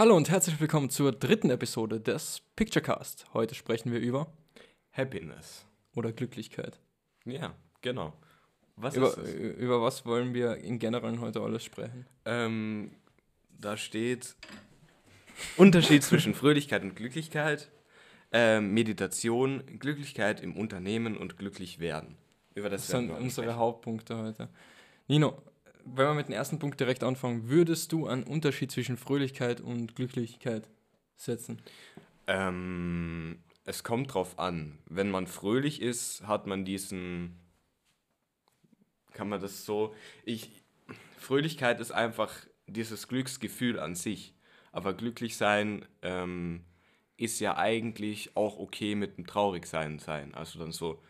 Hallo und herzlich willkommen zur dritten Episode des Picturecast. Heute sprechen wir über Happiness. oder Glücklichkeit. Ja, genau. Was Über, ist es? über was wollen wir in Generell heute alles sprechen? Da steht Unterschied zwischen Fröhlichkeit und Glücklichkeit, Meditation, Glücklichkeit im Unternehmen und glücklich werden. Über das Das werden sind wir heute unsere sprechen. Hauptpunkte heute. Nino, wenn wir mit dem ersten Punkt direkt anfangen, würdest du einen Unterschied zwischen Fröhlichkeit und Glücklichkeit setzen? Es kommt drauf an. Wenn man fröhlich ist, hat man kann man das so, Fröhlichkeit ist einfach dieses Glücksgefühl an sich. Aber glücklich sein ist ja eigentlich auch okay mit dem Traurigsein. Also dann so,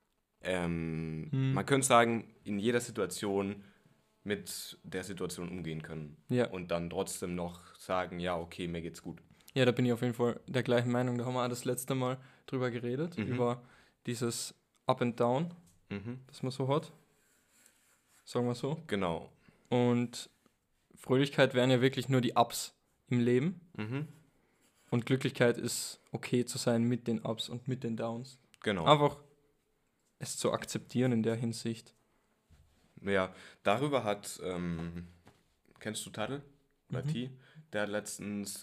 man könnte sagen, in jeder Situation mit der Situation umgehen können. Ja. Und dann trotzdem noch sagen, ja, okay, mir geht's gut. Ja, da bin ich auf jeden Fall der gleichen Meinung. Da haben wir auch das letzte Mal drüber geredet, über dieses Up and Down, das man so hat. Sagen wir so. Genau. Und Fröhlichkeit wären ja wirklich nur die Ups im Leben. Und Glücklichkeit ist okay zu sein mit den Ups und mit den Downs. Genau. Einfach es zu akzeptieren in der Hinsicht. Ja, darüber kennst du Tadl? T? Der hat letztens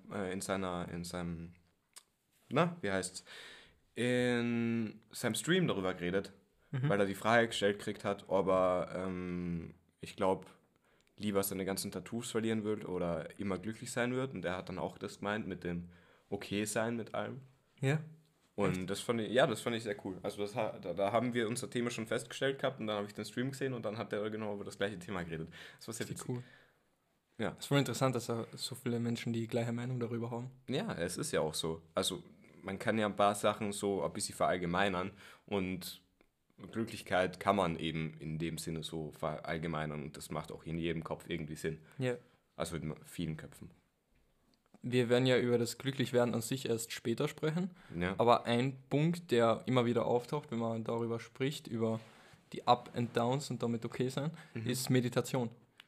in seinem Stream darüber geredet, weil er die Frage gestellt gekriegt hat, ob er, ich glaube, lieber seine ganzen Tattoos verlieren wird oder immer glücklich sein wird. Und er hat dann auch das gemeint mit dem Okay sein mit allem. Ja. Und das fand ich sehr cool. Also da haben wir unser Thema schon festgestellt gehabt und dann habe ich den Stream gesehen und dann hat er genau über das gleiche Thema geredet. Das war sehr witzig. Cool. Ja. Es ist voll interessant, dass so viele Menschen die gleiche Meinung darüber haben. Ja, es ist ja auch so. Also man kann ja ein paar Sachen so ein bisschen verallgemeinern und Glücklichkeit kann man eben in dem Sinne so verallgemeinern und das macht auch in jedem Kopf irgendwie Sinn. Ja. Also in vielen Köpfen. Wir werden ja über das Glücklichwerden an sich erst später sprechen. Ja. Aber ein Punkt, der immer wieder auftaucht, wenn man darüber spricht, über die Up and Downs und damit okay sein, ist Meditation.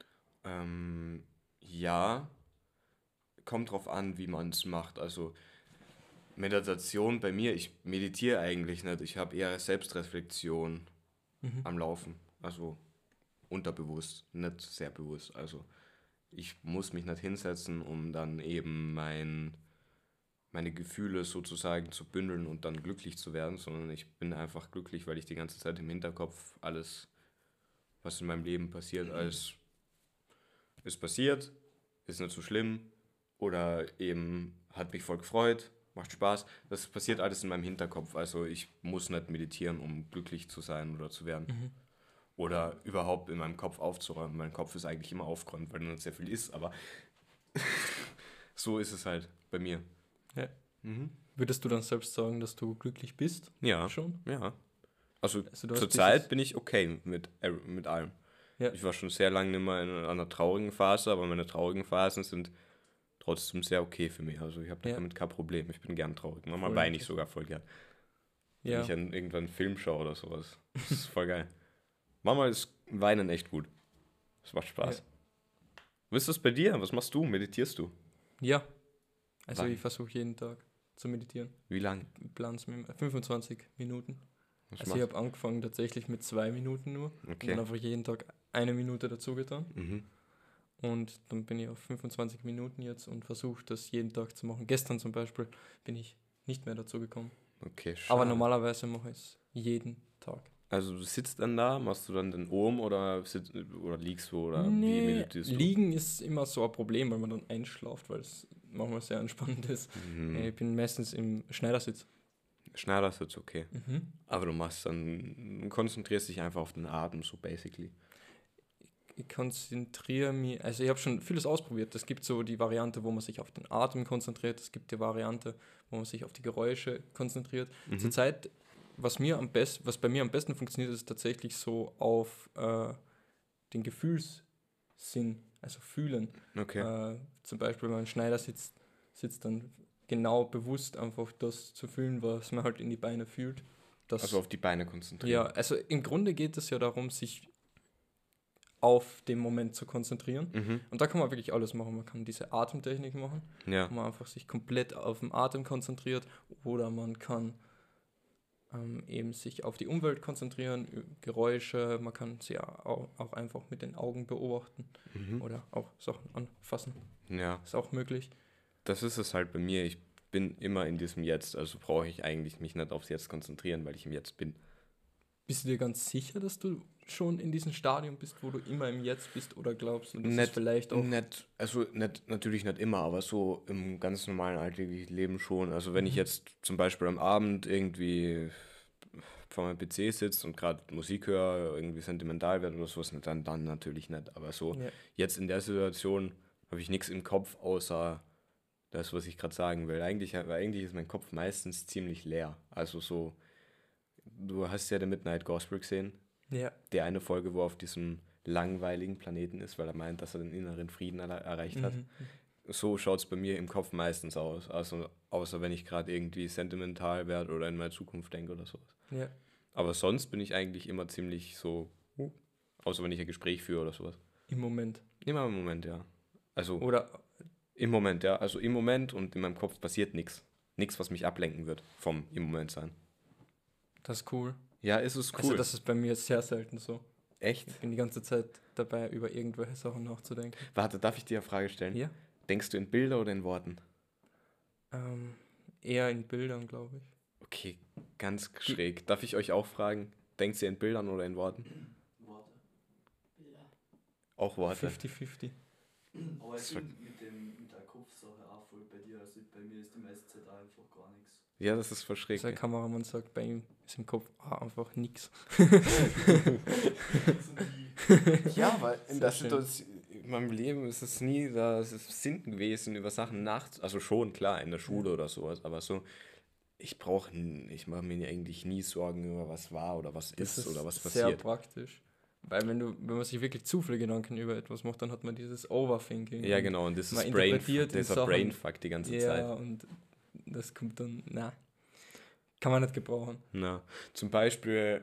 Ja, kommt drauf an, wie man es macht. Also Meditation bei mir, ich meditiere eigentlich nicht. Ich habe eher Selbstreflexion am Laufen. Also unterbewusst, nicht sehr bewusst. Also ich muss mich nicht hinsetzen, um dann eben meine Gefühle sozusagen zu bündeln und dann glücklich zu werden, sondern ich bin einfach glücklich, weil ich die ganze Zeit im Hinterkopf alles, was in meinem Leben passiert, als ist passiert, ist nicht so schlimm oder eben hat mich voll gefreut, macht Spaß. Das passiert alles in meinem Hinterkopf. Also ich muss nicht meditieren, um glücklich zu sein oder zu werden. Oder überhaupt in meinem Kopf aufzuräumen. Mein Kopf ist eigentlich immer aufgeräumt, weil nicht sehr viel ist, aber so ist es halt bei mir. Ja. Würdest du dann selbst sagen, dass du glücklich bist? Ja, Schon? ja. Also Du hast zurzeit bin ich okay mit allem. Ja. Ich war schon sehr lange nicht mehr in einer traurigen Phase, aber meine traurigen Phasen sind trotzdem sehr okay für mich. Also ich habe damit kein Problem. Ich bin gern traurig. Manchmal Voll weine ich sogar voll gern. Wenn ich an irgendwann einen Film schaue oder sowas. Das ist voll geil. Manchmal ist Weinen echt gut. Das macht Spaß. Ja. Wie ist das bei dir? Was machst du? Meditierst du? Ja. Also Wann? ich versuche jeden Tag zu meditieren. Wie lang? Ich plane es mir 25 Minuten. Was Also ich habe angefangen tatsächlich mit 2 Minuten nur. Und Okay. dann einfach jeden Tag 1 Minute dazu getan. Mhm. Und dann bin ich auf 25 Minuten jetzt und versuche das jeden Tag zu machen. Gestern zum Beispiel bin ich nicht mehr dazu gekommen. Okay, schade. Aber normalerweise mache ich es jeden Tag. Also du sitzt dann da, machst du dann den Ohm oder liegst du oder wie meditierst du? Liegen ist immer so ein Problem, weil man dann einschlaft, weil es manchmal sehr entspannend ist. Ich bin meistens im Schneidersitz. Schneidersitz, okay. Aber du konzentrierst dich einfach auf den Atem, so basically. Ich konzentriere mich, also ich habe schon vieles ausprobiert. Es gibt so die Variante, wo man sich auf den Atem konzentriert. Es gibt die Variante, wo man sich auf die Geräusche konzentriert. Zurzeit, was bei mir am besten funktioniert, ist tatsächlich so auf den Gefühlssinn, also fühlen. Okay. Zum Beispiel, wenn man Schneider sitzt dann genau bewusst einfach das zu fühlen, was man halt in die Beine fühlt. Also auf die Beine konzentrieren. Ja, also im Grunde geht es ja darum, sich auf den Moment zu konzentrieren. Mhm. Und da kann man wirklich alles machen. Man kann diese Atemtechnik machen, Ja. wo man einfach sich komplett auf den Atem konzentriert, oder man kann eben sich auf die Umwelt konzentrieren, Geräusche, man kann sie auch einfach mit den Augen beobachten Mhm. oder auch Sachen anfassen. Ja. Ist auch möglich. Das ist es halt bei mir. Ich bin immer in diesem Jetzt, also brauche ich eigentlich mich nicht aufs Jetzt konzentrieren, weil ich im Jetzt bin. Bist du dir ganz sicher, dass du schon in diesem Stadium bist, wo du immer im Jetzt bist, oder glaubst du, dass es vielleicht auch... Natürlich nicht immer, aber so im ganz normalen alltäglichen Leben schon. Also wenn ich jetzt zum Beispiel am Abend irgendwie vor meinem PC sitze und gerade Musik höre, irgendwie sentimental werde oder sowas, dann natürlich nicht. Aber so Ja. jetzt in der Situation habe ich nichts im Kopf, außer das, was ich gerade sagen will. Eigentlich ist mein Kopf meistens ziemlich leer. Also so, du hast ja The Midnight Gospel gesehen. Ja. Die eine Folge, wo er auf diesem langweiligen Planeten ist, weil er meint, dass er den inneren Frieden erreicht hat. So schaut es bei mir im Kopf meistens aus. Also außer wenn ich gerade irgendwie sentimental werde oder in meine Zukunft denke oder sowas. Ja. Aber sonst bin ich eigentlich immer ziemlich so, außer wenn ich ein Gespräch führe oder sowas. Im Moment. Immer im Moment, ja. Also Oder im Moment, ja. Also im Moment und in meinem Kopf passiert nichts. Nichts, was mich ablenken wird vom im Moment sein. das ist cool. Ja, ist es cool. Also das ist bei mir sehr selten so. Echt? Ich bin die ganze Zeit dabei, über irgendwelche Sachen nachzudenken. Warte, darf ich dir eine Frage stellen? Ja? Denkst du in Bilder oder in Worten? Eher in Bildern, glaube ich. Okay, ganz schräg. Darf ich euch auch fragen, denkt ihr in Bildern oder in Worten? Worte. Bilder. Auch Worte. 50-50. Aber ich Das bin mit der Kopfsache auch voll bei dir. Also bei mir ist die meiste Zeit auch einfach gar nichts. Ja, das ist voll schräg. Also der Kameramann sagt, bei ihm ist im Kopf einfach nichts. Ja, weil in Sehr der schön. Situation, in meinem Leben ist es nie das Sinn gewesen, über Sachen also schon, klar, in der Schule oder sowas, aber so, ich mache mir eigentlich nie Sorgen über was war oder was ist oder was sehr passiert. praktisch. Weil wenn man sich wirklich zu viele Gedanken über etwas macht, dann hat man dieses Overthinking. Ja, und genau, und das man ist interpretiert in dieser Sachen- Brainfuck die ganze Zeit. Ja, und das kommt dann, kann man nicht gebrauchen. Na, zum Beispiel,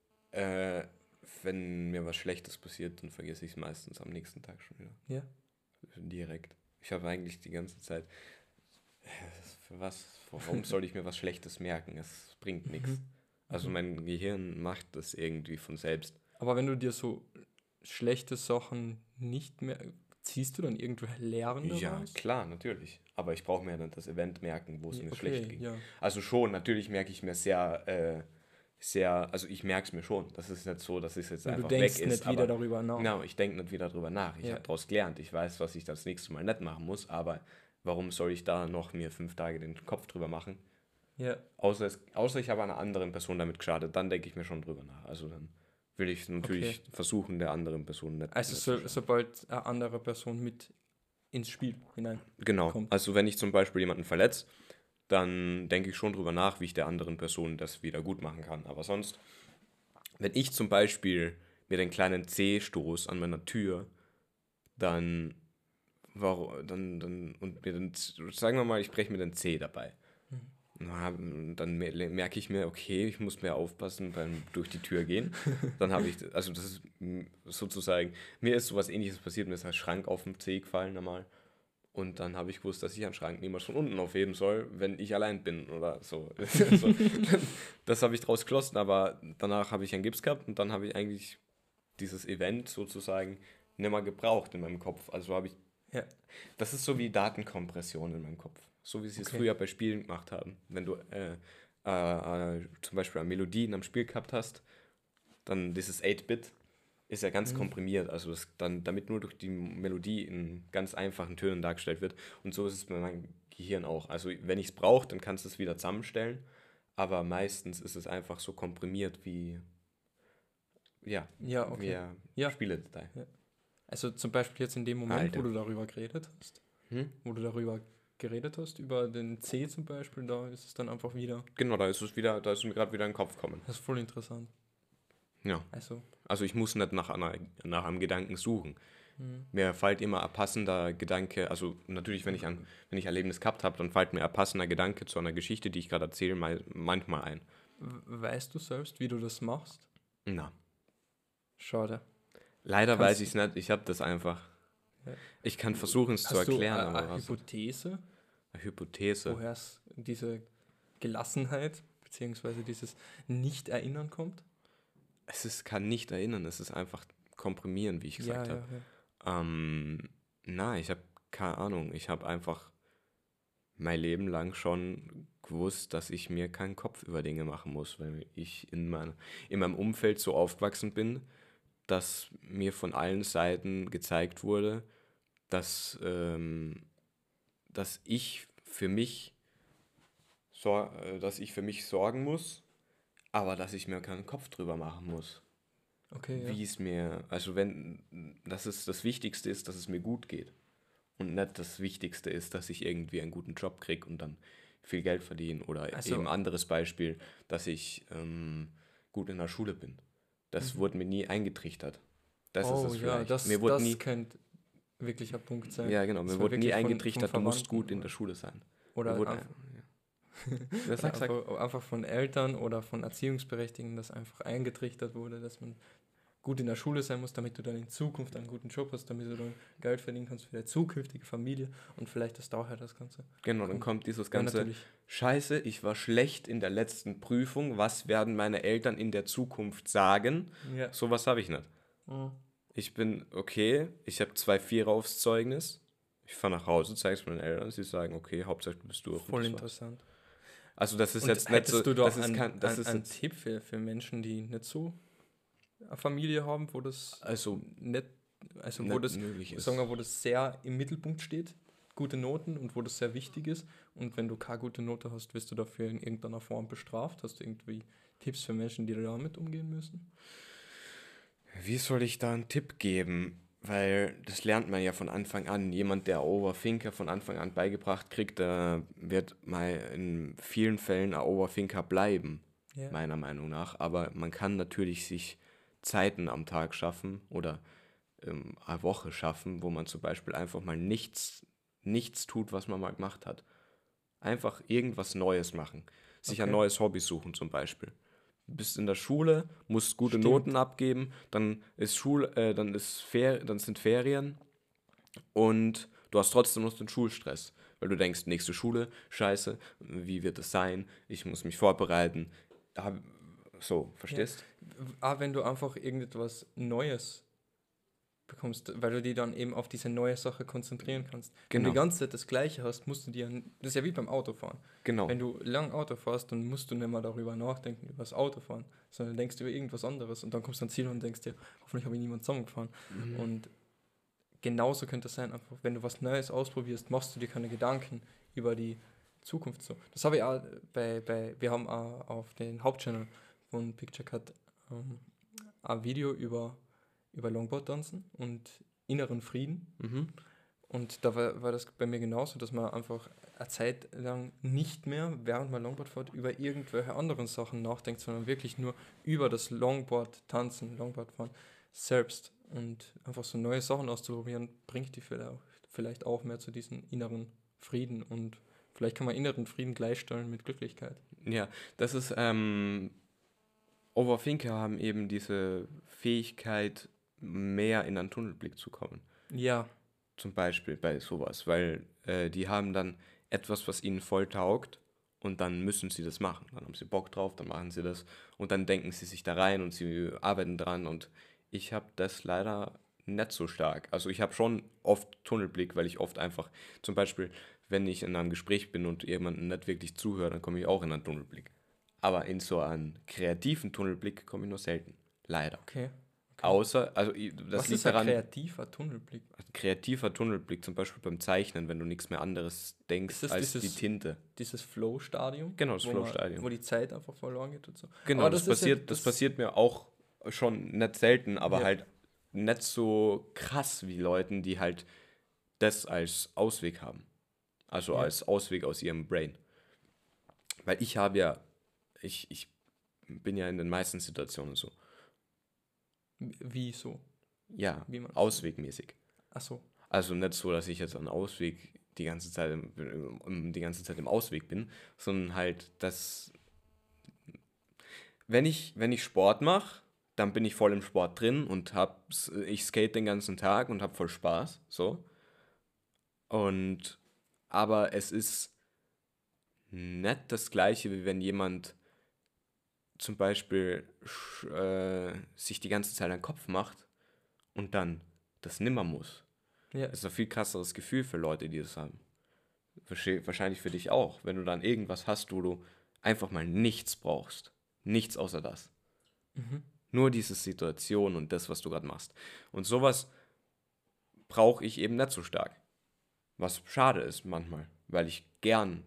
wenn mir was Schlechtes passiert, dann vergesse ich es meistens am nächsten Tag schon wieder. Ja. Direkt. Ich habe eigentlich die ganze Zeit, warum soll ich mir was Schlechtes merken? Es bringt nichts. Also mein Gehirn macht das irgendwie von selbst. Aber wenn du dir so schlechte Sachen nicht mehr, ziehst du dann irgendwelche Lehren daraus? Ja, klar, natürlich. Aber ich brauche mir dann das Event merken, wo es mir schlecht ging. Ja. Also schon, natürlich merke ich mir also ich merke es mir schon. Das ist nicht so, dass es jetzt Und du einfach denkst weg ist. nicht wieder darüber nach. Genau, ich denke nicht wieder darüber nach. Ich Ja. habe daraus gelernt. Ich weiß, was ich das nächste Mal nicht machen muss, aber warum soll ich da noch mir 5 Tage den Kopf drüber machen? Ja. Außer ich habe einer anderen Person damit geschadet, dann denke ich mir schon drüber nach. Also dann will ich natürlich versuchen, der anderen Person nicht Also nicht zu schaden. sobald eine andere Person mit ins Spiel hinein. Genau, kommt. also wenn ich zum Beispiel jemanden verletze, dann denke ich schon drüber nach, wie ich der anderen Person das wieder gut machen kann. Aber sonst, wenn ich zum Beispiel mir den kleinen Zeh stoß an meiner Tür, dann sagen wir mal, ich breche mir den Zeh dabei. Dann merke ich mir, okay, ich muss mehr aufpassen beim durch die Tür gehen. Dann habe ich, also das ist sozusagen, mir ist sowas Ähnliches passiert, mir ist ein Schrank auf den Zeh gefallen einmal. Und dann habe ich gewusst, dass ich einen Schrank niemals von unten aufheben soll, wenn ich allein bin oder so. Das habe ich draus geschlossen, aber danach habe ich einen Gips gehabt und dann habe ich eigentlich dieses Event sozusagen nicht mehr gebraucht in meinem Kopf. Also habe ich, das ist so wie Datenkompression in meinem Kopf. So wie sie es früher bei Spielen gemacht haben. Wenn du zum Beispiel eine Melodie in einem Spiel gehabt hast, dann dieses 8-Bit ist ja ganz komprimiert, also das dann, damit nur durch die Melodie in ganz einfachen Tönen dargestellt wird. Und so ist es bei meinem Gehirn auch. Also wenn ich es brauche, dann kannst du es wieder zusammenstellen, aber meistens ist es einfach so komprimiert wie wie ein Spieledatei. Ja. Also zum Beispiel jetzt in dem Moment, Alter. wo du darüber geredet hast, über den C zum Beispiel, da ist es dann einfach wieder. Genau, da ist mir gerade wieder in den Kopf gekommen. Das ist voll interessant. Ja. Also, Ich muss nicht nach einem Gedanken suchen. Mir fällt immer ein passender Gedanke, also natürlich, wenn ich ein Erlebnis gehabt habe, dann fällt mir ein passender Gedanke zu einer Geschichte, die ich gerade erzähle, manchmal ein. weißt du selbst, wie du das machst? Na, Schade. Leider weiß ich es nicht, ich habe das einfach. Ja. Ich kann versuchen, es zu Hast du erklären, eine aber was? Hypothese, Eine Hypothese. woher es diese Gelassenheit beziehungsweise dieses Nicht-Erinnern kommt? Kann nicht erinnern, es ist einfach komprimieren, wie ich gesagt habe. Ja. Ich habe keine Ahnung. Ich habe einfach mein Leben lang schon gewusst, dass ich mir keinen Kopf über Dinge machen muss, weil ich in meinem Umfeld so aufgewachsen bin, dass mir von allen Seiten gezeigt wurde, dass, dass ich für mich dass ich für mich sorgen muss, aber dass ich mir keinen Kopf drüber machen muss. Okay, ja. Wie es mir, also dass es das Wichtigste ist, dass es mir gut geht. Und nicht das Wichtigste ist, dass ich irgendwie einen guten Job kriege und dann viel Geld verdiene. Oder Also- eben anderes Beispiel, dass ich gut in der Schule bin. Das wurde mir nie eingetrichtert. Das ist es vielleicht. Mir wurde nie, könnte wirklich ein Punkt sein. ja genau, Das mir war wurde nie wirklich von eingetrichtert, du musst Verwandten gut in der Schule sein. Oder Mir wurde, einfach, ja, sag. einfach von Eltern oder von Erziehungsberechtigten, dass einfach eingetrichtert wurde, dass man gut in der Schule sein muss, damit du dann in Zukunft einen guten Job hast, damit du dann Geld verdienen kannst für deine zukünftige Familie und vielleicht das daher das Ganze. Genau, dann kommt dieses Ja, ganze natürlich. Scheiße, ich war schlecht in der letzten Prüfung, was werden meine Eltern in der Zukunft sagen? Ja. Sowas habe ich nicht. Mhm. Ich bin okay, ich habe 2 Vierer aufs Zeugnis. Ich fahre nach Hause, zeige es meinen Eltern, sie sagen, okay, Hauptsache du bist durch. und Voll das war's. interessant. Also das ist Und jetzt nicht hättest so, du da das ist einen jetzt, Tipp für Menschen, die nicht so eine Familie haben, wo das also nicht, also wo nicht das, möglich ist. sagen wir, wo das sehr im Mittelpunkt steht, gute Noten und wo das sehr wichtig ist. Und wenn du keine gute Note hast, wirst du dafür in irgendeiner Form bestraft. Hast du irgendwie Tipps für Menschen, die damit umgehen müssen? Wie soll ich da einen Tipp geben? Weil das lernt man ja von Anfang an. Jemand, der Overthinker von Anfang an beigebracht kriegt, wird mal in vielen Fällen ein Overthinker bleiben, Ja. meiner Meinung nach. Aber man kann natürlich sich Zeiten am Tag schaffen oder eine Woche schaffen, wo man zum Beispiel einfach mal nichts tut, was man mal gemacht hat. Einfach irgendwas Neues machen. Sich ein Okay. neues Hobby suchen zum Beispiel. Du bist in der Schule, musst gute Stimmt. Noten abgeben, dann sind Ferien und du hast trotzdem noch den Schulstress, weil du denkst, nächste Schule, scheiße, wie wird es sein? Ich muss mich vorbereiten. So, verstehst? Aber wenn du einfach irgendetwas Neues bekommst, weil du dich dann eben auf diese neue Sache konzentrieren kannst. Wenn du Genau. die ganze Zeit das Gleiche hast, musst du dir, das ist ja wie beim Autofahren. Genau. Wenn du lang Auto fährst, dann musst du nicht mehr darüber nachdenken, über das Autofahren, sondern denkst über irgendwas anderes und dann kommst du ans Ziel und denkst dir, hoffentlich habe ich niemanden zusammengefahren. Und genauso könnte es sein, einfach wenn du was Neues ausprobierst, machst du dir keine Gedanken über die Zukunft so. Das habe ich auch wir haben auch auf den Hauptchannel von Picture Cut ein Video über Longboard-Tanzen und inneren Frieden. Mhm. Und da war das bei mir genauso, dass man einfach eine Zeit lang nicht mehr, während man Longboard fährt, über irgendwelche anderen Sachen nachdenkt, sondern wirklich nur über das Longboard-Tanzen, Longboard-Fahren selbst. Und einfach so neue Sachen auszuprobieren, bringt die vielleicht auch mehr zu diesem inneren Frieden. Und vielleicht kann man inneren Frieden gleichstellen mit Glücklichkeit. Ja, das ist, Overthinker haben eben diese Fähigkeit, mehr in einen Tunnelblick zu kommen. Ja, Zum Beispiel bei sowas, weil die haben dann etwas, was ihnen voll taugt und dann müssen sie das machen. Dann haben sie Bock drauf, dann machen sie das und dann denken sie sich da rein und sie arbeiten dran und ich habe das leider nicht so stark. Also ich habe schon oft Tunnelblick, weil ich oft einfach, zum Beispiel, wenn ich in einem Gespräch bin und jemandem nicht wirklich zuhöre, dann komme ich auch in einen Tunnelblick. Aber in so einen kreativen Tunnelblick komme ich nur selten. Leider. okay. Außer, also das Was liegt ist ein daran, kreativer Tunnelblick? ein kreativer Tunnelblick, zum Beispiel beim Zeichnen, wenn du nichts mehr anderes denkst Ist das als die dieses- Tinte. Dieses Flow-Stadium? Genau, das wo Flow-Stadium. Wo die Zeit einfach verloren geht und so. Genau, Aber das ist ja- passiert mir auch schon nicht selten, aber Ja. halt nicht so krass wie Leuten, die halt das als Ausweg haben. Also Ja. als Ausweg aus ihrem Brain. Weil ich bin ja in den meisten Situationen so. Wie so? Ja, Wie man- auswegmäßig. Achso. Also nicht so, dass ich jetzt einen Ausweg die ganze Zeit im Ausweg bin, sondern halt, dass wenn ich Sport mache, dann bin ich voll im Sport drin und ich skate den ganzen Tag und habe voll Spaß, so. Aber es ist nicht das Gleiche, wie wenn jemand zum Beispiel sich die ganze Zeit einen Kopf macht und dann das nimmer muss. Ja, Das ist ein viel krasseres Gefühl für Leute, die das haben. Wahrscheinlich für dich auch, wenn du dann irgendwas hast, wo du einfach mal nichts brauchst. Nichts außer das. Nur diese Situation und das, was du gerade machst. Und sowas brauche ich eben nicht so stark. Was schade ist manchmal, weil ich gern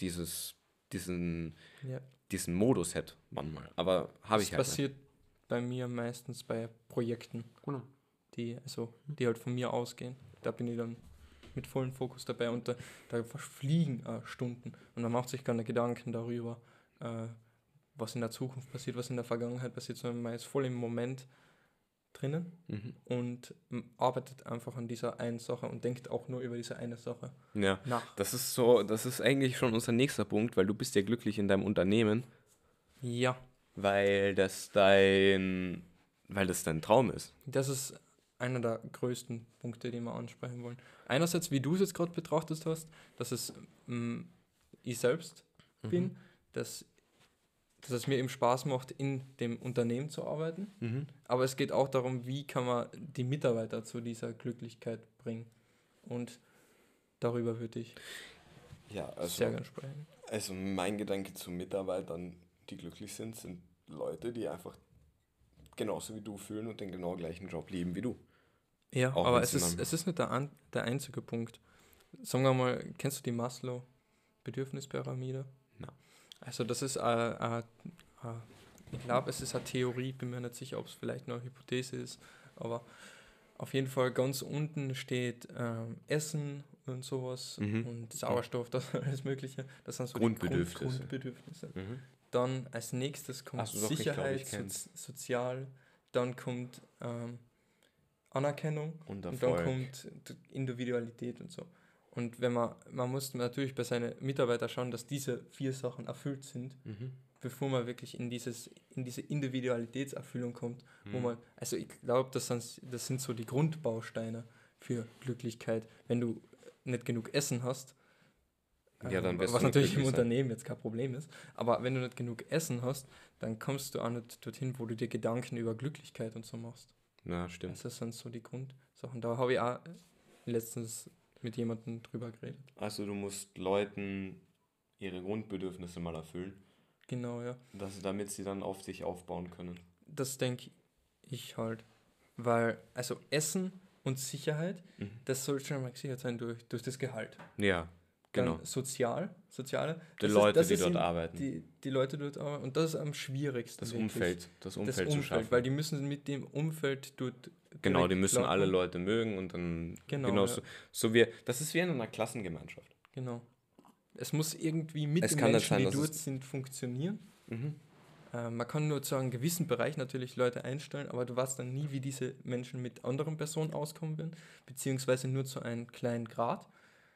diesen ja. Modus hätte manchmal. Aber habe Das ich halt nicht. passiert bei mir meistens bei Projekten, Genau. die halt von mir ausgehen. Da bin ich dann mit vollem Fokus dabei und da verfliegen Stunden und man macht sich keine Gedanken darüber, was in der Zukunft passiert, was in der Vergangenheit passiert, sondern man ist voll im Moment drinnen und arbeitet einfach an dieser einen Sache und denkt auch nur über diese eine Sache Ja, nach. das ist eigentlich schon unser nächster Punkt, weil du bist ja glücklich in deinem Unternehmen, Ja, weil das dein Traum ist. das ist einer der größten Punkte, die wir ansprechen wollen. Einerseits, wie du es jetzt gerade betrachtet hast, dass es ich selbst bin, dass es mir eben Spaß macht, in dem Unternehmen zu arbeiten. Aber es geht auch darum, wie kann man die Mitarbeiter zu dieser Glücklichkeit bringen. Und darüber würde ich Ja, sehr gerne sprechen. also mein Gedanke zu Mitarbeitern, die glücklich sind, sind Leute, die einfach genauso wie du fühlen und den genau gleichen Job lieben wie du. Ja, Auch aber wenn's es ist nicht der einzige Punkt. Sagen wir mal, kennst du die Maslow-Bedürfnispyramide? Na. Also das ist, ich glaube, es ist eine Theorie, bin mir nicht sicher, ob es vielleicht nur eine Hypothese ist, aber auf jeden Fall ganz unten steht Essen und sowas und Sauerstoff, das alles Mögliche. Das sind so Grundbedürfnisse. die Grundbedürfnisse. Dann als nächstes kommt Ach so, doch, ich glaub, Sicherheit, ich kenn's. Sozial, dann kommt Anerkennung Und und Erfolg. dann kommt Individualität und so. Und wenn man muss natürlich bei seinen Mitarbeitern schauen, dass diese 4 Sachen erfüllt sind, bevor man wirklich in diese Individualitätserfüllung kommt, wo man, also ich glaube, das sind so die Grundbausteine für Glücklichkeit. Wenn du nicht genug Essen hast, Ja, dann wirst was du nicht natürlich im glücklich sein. Unternehmen jetzt kein Problem ist, aber wenn du nicht genug Essen hast, dann kommst du auch nicht dorthin, wo du dir Gedanken über Glücklichkeit und so machst. Ja, stimmt. Das sind so die Grundsachen. Da habe ich auch letztens mit jemandem drüber geredet. Also du musst Leuten ihre Grundbedürfnisse mal erfüllen, Genau, ja. damit sie dann auf sich aufbauen können. Das denke ich halt. Weil, also Essen und Sicherheit, das soll schon mal gesichert sein durch das Gehalt. Ja, genau. Dann soziale. Die Leute, die dort arbeiten. Die Leute dort arbeiten. Und das ist am schwierigsten. Das wirklich. Umfeld zu schaffen. Weil die müssen mit dem Umfeld dort Genau, die direkt müssen alle klarkommen. Leute mögen und dann Genau, ja. das ist wie in einer Klassengemeinschaft. Genau. Es muss irgendwie mit Es den kann nicht Menschen, sein, die dass dort sind, funktionieren. Man kann nur zu einem gewissen Bereich natürlich Leute einstellen, aber du weißt dann nie, wie diese Menschen mit anderen Personen auskommen werden, beziehungsweise nur zu einem kleinen Grad.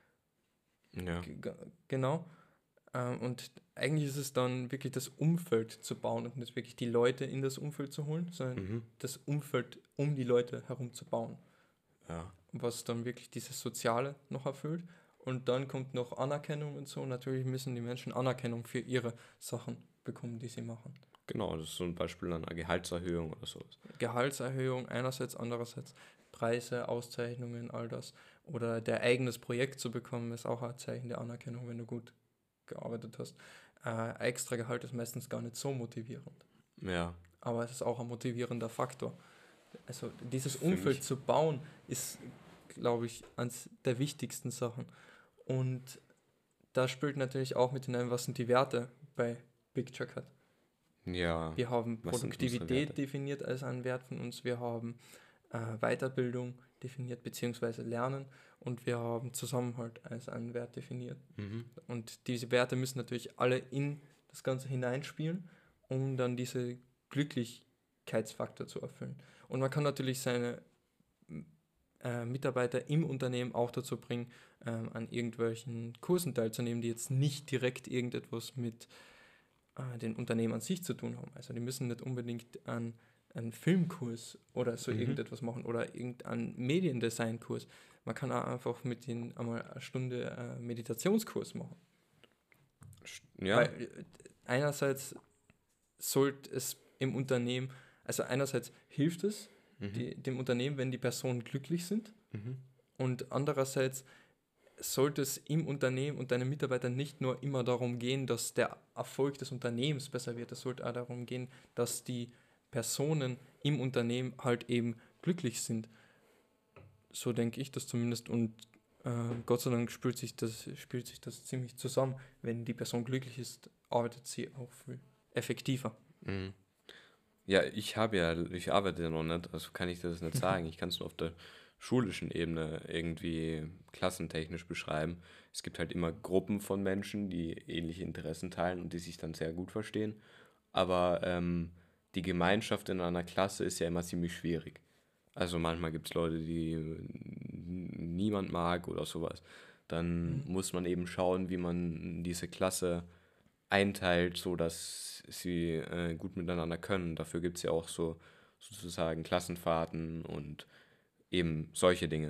Ja. Genau. Und eigentlich ist es dann wirklich das Umfeld zu bauen und nicht wirklich die Leute in das Umfeld zu holen, sondern das Umfeld um die Leute herum zu bauen. Ja. Was dann wirklich dieses Soziale noch erfüllt. Und dann kommt noch Anerkennung und so. Und natürlich müssen die Menschen Anerkennung für ihre Sachen bekommen, die sie machen. Genau, das ist so ein Beispiel einer Gehaltserhöhung oder sowas. Gehaltserhöhung einerseits, andererseits Preise, Auszeichnungen, all das. Oder der eigenes Projekt zu bekommen, ist auch ein Zeichen der Anerkennung, wenn du gut gearbeitet hast. Extra Gehalt ist meistens gar nicht so motivierend. Ja. Aber es ist auch ein motivierender Faktor. Also dieses Für Umfeld mich. zu bauen, ist, glaube ich, eines der wichtigsten Sachen. Und da spielt natürlich auch mit hinein, was sind die Werte bei Big Cut. Ja. Wir haben Was sind unsere Produktivität Werte? definiert als einen Wert von uns, wir haben Weiterbildung definiert, beziehungsweise Lernen, und wir haben Zusammenhalt als einen Wert definiert. Und diese Werte müssen natürlich alle in das Ganze hineinspielen, um dann diese Glücklichkeitsfaktor zu erfüllen. Und man kann natürlich seine Mitarbeiter im Unternehmen auch dazu bringen, an irgendwelchen Kursen teilzunehmen, die jetzt nicht direkt irgendetwas mit den Unternehmen an sich zu tun haben. Also die müssen nicht unbedingt an einen Filmkurs oder so irgendetwas machen oder irgendeinen Mediendesignkurs. Man kann auch einfach mit denen einmal eine Stunde Meditationskurs machen. Ja. Weil einerseits sollte es im Unternehmen, also einerseits hilft es dem Unternehmen, wenn die Personen glücklich sind, und andererseits sollte es im Unternehmen und deinen Mitarbeitern nicht nur immer darum gehen, dass der Erfolg des Unternehmens besser wird, es sollte auch darum gehen, dass die Personen im Unternehmen halt eben glücklich sind. So denke ich das zumindest, und Gott sei Dank spielt sich das ziemlich zusammen. Wenn die Person glücklich ist, arbeitet sie auch viel effektiver. Mhm. Ja, ich arbeite ja noch nicht, also kann ich das nicht sagen. Ich kann es nur auf der schulischen Ebene irgendwie klassentechnisch beschreiben. Es gibt halt immer Gruppen von Menschen, die ähnliche Interessen teilen und die sich dann sehr gut verstehen. Aber die Gemeinschaft in einer Klasse ist ja immer ziemlich schwierig. Also manchmal gibt es Leute, die niemand mag oder sowas. Dann muss man eben schauen, wie man diese Klasse einteilt, so dass sie gut miteinander können. Dafür gibt es ja auch so sozusagen Klassenfahrten und eben solche Dinge.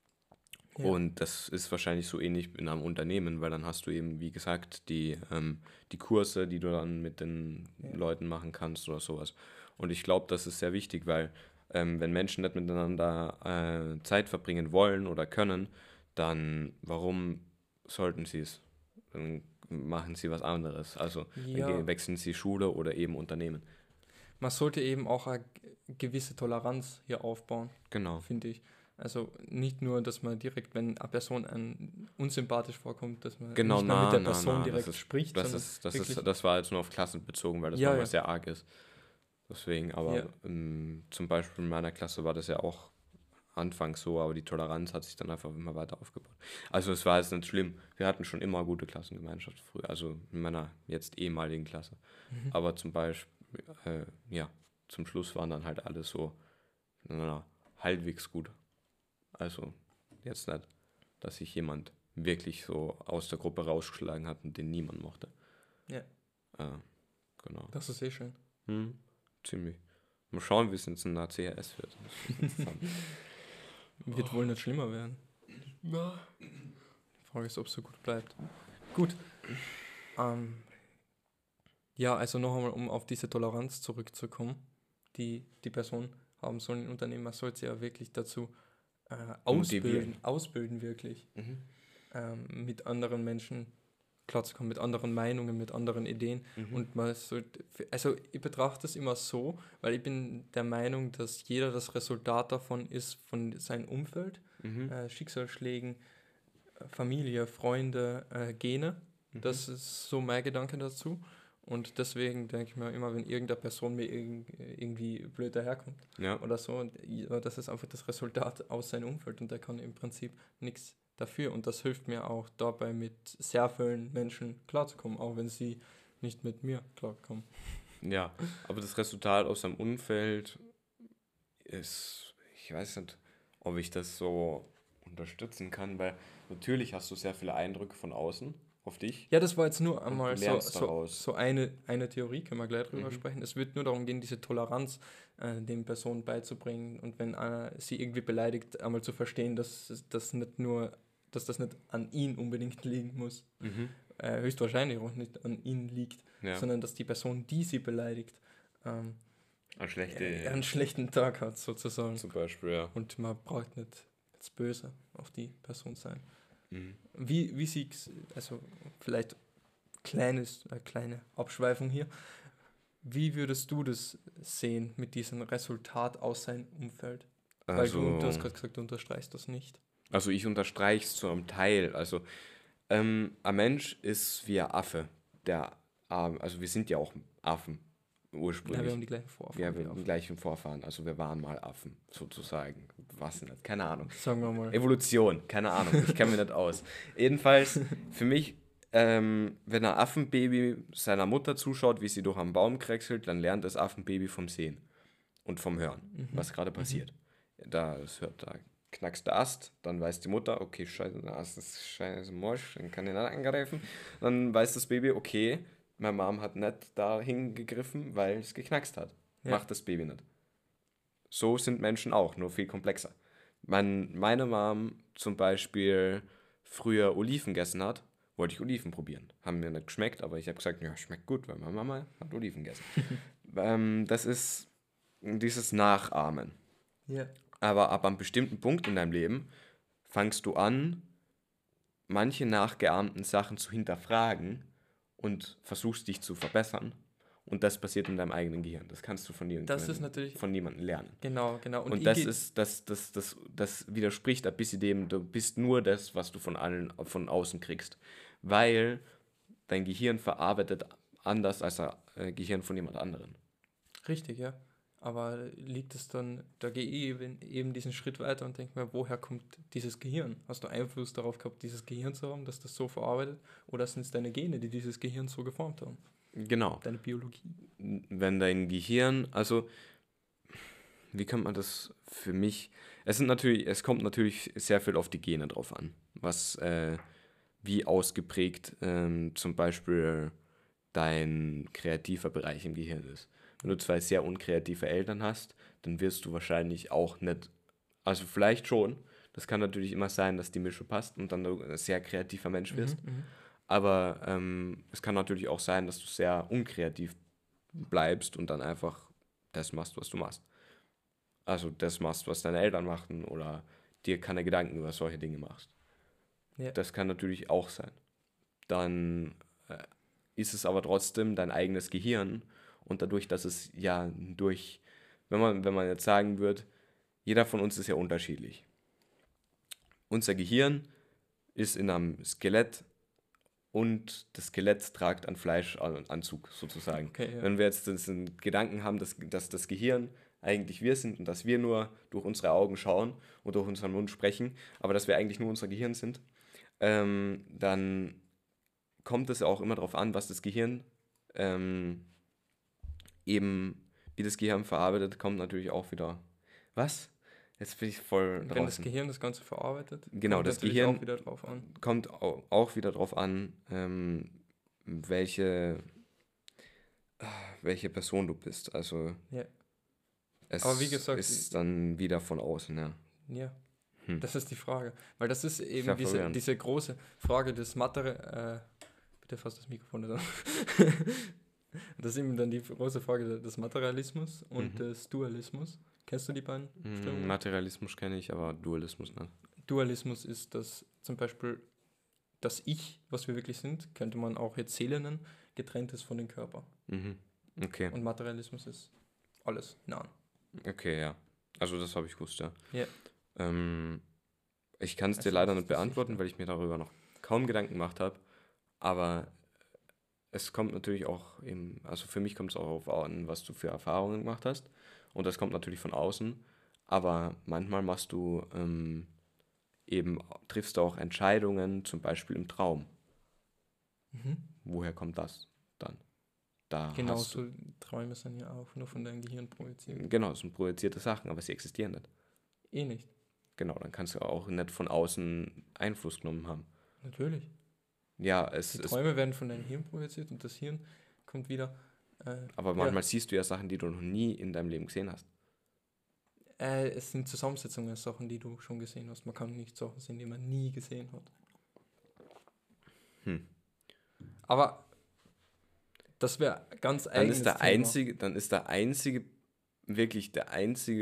Ja. Und das ist wahrscheinlich so ähnlich in einem Unternehmen, weil dann hast du eben, wie gesagt, die Kurse, die du dann mit den Leuten machen kannst oder sowas. Und ich glaube, das ist sehr wichtig, weil wenn Menschen nicht miteinander Zeit verbringen wollen oder können, dann warum sollten sie es? Dann machen sie was anderes. Also dann Ja, wechseln sie Schule oder eben Unternehmen. man sollte eben auch eine gewisse Toleranz hier aufbauen, Genau. finde ich. Also nicht nur, dass man direkt, wenn eine Person einem unsympathisch vorkommt, dass man Genau, nicht mehr mit der na, Person das direkt ist, spricht, das sondern ist, das wirklich, ist, das war jetzt nur auf Klassen bezogen, weil das ja, manchmal ja, sehr arg ist. Deswegen, ja, aber zum Beispiel in meiner Klasse war das ja auch anfangs so, aber die Toleranz hat sich dann einfach immer weiter aufgebaut. Also es war jetzt nicht schlimm. Wir hatten schon immer gute Klassengemeinschaft früher, also in meiner jetzt ehemaligen Klasse. Aber zum Beispiel, ja, zum Schluss waren dann halt alle so halbwegs gut. Also jetzt nicht, dass sich jemand wirklich so aus der Gruppe rausgeschlagen hat und den niemand mochte. ja, Äh, genau. das ist eh schön. Ziemlich. Mal schauen, wie es jetzt in der CRS wird. Das ist interessant. Wird wohl nicht schlimmer werden. Die Frage ist, ob es so gut bleibt. Gut. Ja, also noch einmal, um auf diese Toleranz zurückzukommen, die die Person haben soll im Unternehmen. Man sollte sie ja wirklich dazu Motivieren. ausbilden wirklich, mit anderen Menschen klarzukommen, mit anderen Meinungen, mit anderen Ideen. Und man sollte, also ich betrachte es immer so, weil ich bin der Meinung, dass jeder das Resultat davon ist, von seinem Umfeld, Schicksalsschlägen, Familie, Freunde, Gene. Das ist so mein Gedanke dazu. Und deswegen denke ich mir immer, wenn irgendeine Person mir irgendwie blöd daherkommt Ja, oder so, und ja, das ist einfach das Resultat aus seinem Umfeld und der kann im Prinzip nichts dafür. Und das hilft mir auch dabei, mit sehr vielen Menschen klarzukommen, auch wenn sie nicht mit mir klarkommen. ja. Aber das Resultat aus seinem Umfeld ist, ich weiß nicht, ob ich das so unterstützen kann, weil natürlich hast du sehr viele Eindrücke von außen auf dich. Ja, das war jetzt nur Und einmal du lernst daraus. so eine Theorie, können wir gleich drüber sprechen. Es wird nur darum gehen, diese Toleranz den Personen beizubringen und wenn einer sie irgendwie beleidigt, einmal zu verstehen, dass das nicht an ihn unbedingt liegen muss, höchstwahrscheinlich auch nicht an ihn liegt, Ja. sondern dass die Person, die sie beleidigt, Eine schlechte, einen schlechten Tag hat sozusagen. zum Beispiel, ja. Und man braucht nicht jetzt böse auf die Person sein. Wie siehst, also vielleicht kleine Abschweifung hier, wie würdest du das sehen mit diesem Resultat aus seinem Umfeld? Weil du hast gerade gesagt, du unterstreichst das nicht. Also ich unterstreiche es zu einem Teil. Also ein Mensch ist wie ein Affe. Also wir sind ja auch Affen ursprünglich. Ja, wir haben die gleichen Vorfahren. Ja, wir haben die gleichen Vorfahren. Also wir waren mal Affen, sozusagen. Was denn das? Keine Ahnung. Sagen wir mal. Evolution, keine Ahnung. Ich kenne mich nicht aus. Jedenfalls, für mich, wenn ein Affenbaby seiner Mutter zuschaut, wie sie durch einen Baum kraxelt, dann lernt das Affenbaby vom Sehen und vom Hören, was gerade passiert. Da knackst der Ast, dann weiß die Mutter, okay, scheiße, der Ast ist scheiße Morsch, den kann ich nicht angreifen. Dann weiß das Baby, okay, meine Mom hat nicht da hingegriffen, weil es geknackst hat. Ja. Macht das Baby nicht. So sind Menschen auch, nur viel komplexer. Meine Mom zum Beispiel früher Oliven gegessen hat, wollte ich Oliven probieren. Haben mir nicht geschmeckt, aber ich habe gesagt, ja, schmeckt gut, weil meine Mama hat Oliven gegessen. Das ist dieses Nachahmen. Ja. Aber ab einem bestimmten Punkt in deinem Leben fangst du an, manche nachgeahmten Sachen zu hinterfragen und versuchst dich zu verbessern. Und das passiert in deinem eigenen Gehirn. Das kannst du Das ist natürlich, von niemandem lernen. genau. Und das widerspricht ein bisschen dem, du bist nur das, was du von außen kriegst. Weil dein Gehirn verarbeitet anders als ein Gehirn von jemand anderem. richtig, ja. Aber liegt es dann, da gehe ich eben diesen Schritt weiter und denke mir, woher kommt dieses Gehirn? Hast du Einfluss darauf gehabt, dieses Gehirn zu haben, dass das so verarbeitet? Oder sind es deine Gene, die dieses Gehirn so geformt haben? Genau. Deine Biologie? Wenn dein Gehirn, also wie kann man das für mich, es kommt natürlich sehr viel auf die Gene drauf an, wie ausgeprägt zum Beispiel dein kreativer Bereich im Gehirn ist. Wenn du zwei sehr unkreative Eltern hast, dann wirst du wahrscheinlich auch nicht, also vielleicht schon, das kann natürlich immer sein, dass die Mischung passt und dann du ein sehr kreativer Mensch wirst, aber es kann natürlich auch sein, dass du sehr unkreativ bleibst und dann einfach das machst, was du machst. Also das machst, was deine Eltern machen oder dir keine Gedanken über solche Dinge machst. Ja. Das kann natürlich auch sein. Dann ist es aber trotzdem dein eigenes Gehirn und dadurch, dass es ja wenn man jetzt sagen würde, jeder von uns ist ja unterschiedlich. Unser Gehirn ist in einem Skelett und das Skelett tragt einen Fleischanzug sozusagen. Okay, ja. Wenn wir jetzt den Gedanken haben, dass das Gehirn eigentlich wir sind und dass wir nur durch unsere Augen schauen und durch unseren Mund sprechen, aber dass wir eigentlich nur unser Gehirn sind, dann kommt es auch immer darauf an, was das Gehirn wie das Gehirn verarbeitet, kommt natürlich auch wieder. Was? Jetzt bin ich voll Und wenn das draußen. Gehirn das Ganze verarbeitet, Genau, kommt das natürlich Gehirn auch wieder drauf an. kommt auch wieder drauf an, welche Person du bist. Also Ja. es Aber wie gesagt, ist dann wieder von außen, ja. Ja, Hm. das ist die Frage. Weil das ist eben Sehr verwirrend. diese große Frage des bitte fass das Mikrofon nicht an. Das ist eben dann die große Frage des Materialismus und des Dualismus. Kennst du die beiden Strömungen? Materialismus kenne ich, aber Dualismus nicht. Dualismus ist das zum Beispiel das Ich, was wir wirklich sind, könnte man auch jetzt Seele nennen, getrennt ist von dem Körper. Mhm. Okay, Und Materialismus ist alles nah. okay, ja. Also das habe ich gewusst, ja. Ja. Ich kann es dir Also leider das nicht ist das beantworten, Sichtende. weil ich mir darüber noch kaum Gedanken gemacht habe. Aber es kommt natürlich auch eben, also für mich kommt es auch auf an, was du für Erfahrungen gemacht hast. Und das kommt natürlich von außen. Aber manchmal triffst du auch Entscheidungen, zum Beispiel im Traum. Woher kommt das dann? Da hast du, Genauso Träume sind ja auch nur von deinem Gehirn projiziert. genau, es sind projizierte Sachen, aber sie existieren nicht. Eh nicht. Genau, dann kannst du auch nicht von außen Einfluss genommen haben. Natürlich. Ja, Die Träume werden von deinem Hirn projiziert und das Hirn kommt wieder. aber manchmal siehst du ja Sachen, die du noch nie in deinem Leben gesehen hast. Es sind Zusammensetzungen aus Sachen, die du schon gesehen hast. Man kann nicht Sachen sehen, die man nie gesehen hat. Aber das wäre ganz Dann eigenes ist der Thema. einzige, wirklich der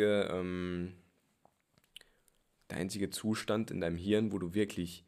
einzige Zustand in deinem Hirn, wo du wirklich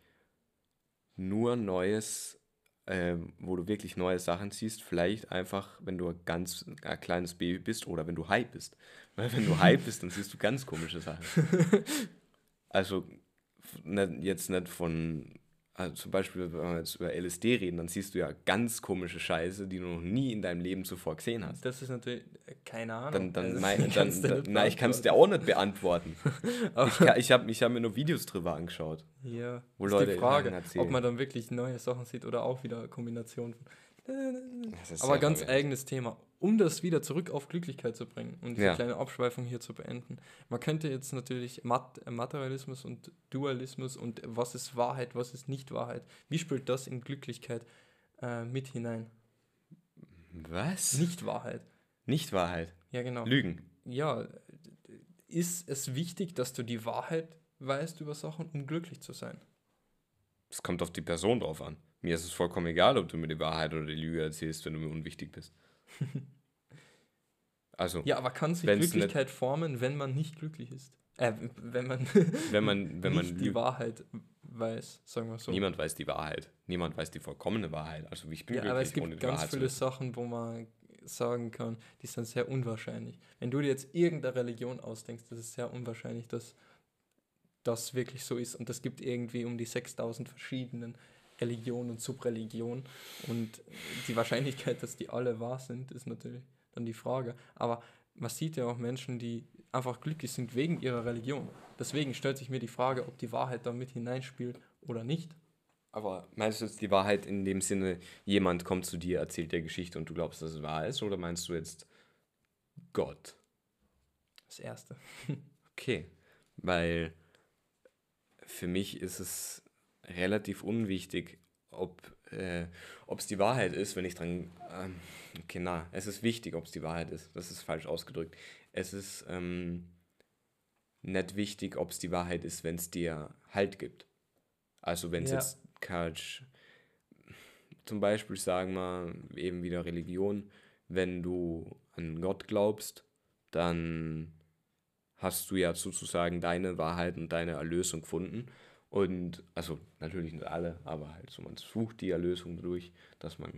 neue Sachen siehst, vielleicht einfach, wenn du ein kleines Baby bist oder wenn du high bist. Weil wenn du high bist, dann siehst du ganz komische Sachen. Also jetzt nicht also zum Beispiel, wenn wir jetzt über LSD reden, dann siehst du ja ganz komische Scheiße, die du noch nie in deinem Leben zuvor gesehen hast. Das ist natürlich, keine Ahnung. Ich kann es dir auch nicht beantworten. Ich hab mir nur Videos drüber angeschaut. Ja, Wo ist Leute die Frage, Sachen erzählen. ob man dann wirklich neue Sachen sieht oder auch wieder Kombinationen. Das ist Aber sehr ganz verwirrend. eigenes Thema. Um das wieder zurück auf Glücklichkeit zu bringen und diese Ja. kleine Abschweifung hier zu beenden. Man könnte jetzt natürlich Materialismus und Dualismus und was ist Wahrheit, was ist nicht Wahrheit. Wie spielt das in Glücklichkeit mit hinein? Was? Nicht Wahrheit. Nicht Wahrheit. Ja, genau. Lügen. Ja, ist es wichtig, dass du die Wahrheit weißt über Sachen, um glücklich zu sein? Es kommt auf die Person drauf an. Mir ist es vollkommen egal, ob du mir die Wahrheit oder die Lüge erzählst, wenn du mir unwichtig bist. Also, Ja, aber kann sich wenn's Glücklichkeit formen, wenn man nicht glücklich ist? Wenn man wenn man nicht die lügt, Wahrheit weiß, sagen wir so. niemand weiß die Wahrheit. Niemand weiß die vollkommene Wahrheit. Also, ich bin Ja, aber es glücklich, ohne gibt die ganz Wahrheit zu viele wissen. Sachen, wo man sagen kann, die sind sehr unwahrscheinlich. Wenn du dir jetzt irgendeine Religion ausdenkst, das ist sehr unwahrscheinlich, dass das wirklich so ist. Und es gibt irgendwie um die 6000 verschiedenen Religionen und Subreligionen. Und die Wahrscheinlichkeit, dass die alle wahr sind, ist natürlich dann die Frage. Aber man sieht ja auch Menschen, die einfach glücklich sind wegen ihrer Religion. Deswegen stellt sich mir die Frage, ob die Wahrheit da mit hineinspielt oder nicht. Aber meinst du jetzt die Wahrheit in dem Sinne, jemand kommt zu dir, erzählt dir Geschichte und du glaubst, dass es wahr ist? Oder meinst du jetzt Gott? Das Erste. Okay, weil für mich ist es relativ unwichtig, ob es die Wahrheit ist, wenn ich dran... okay, es ist wichtig, ob es die Wahrheit ist. Das ist falsch ausgedrückt. Es ist nicht wichtig, ob es die Wahrheit ist, wenn es dir Halt gibt. Also wenn es Ja. jetzt zum Beispiel sagen wir eben wieder Religion, wenn du an Gott glaubst, dann hast du ja sozusagen deine Wahrheit und deine Erlösung gefunden. Und, also natürlich nicht alle, aber halt so, man sucht die Erlösung dadurch, dass man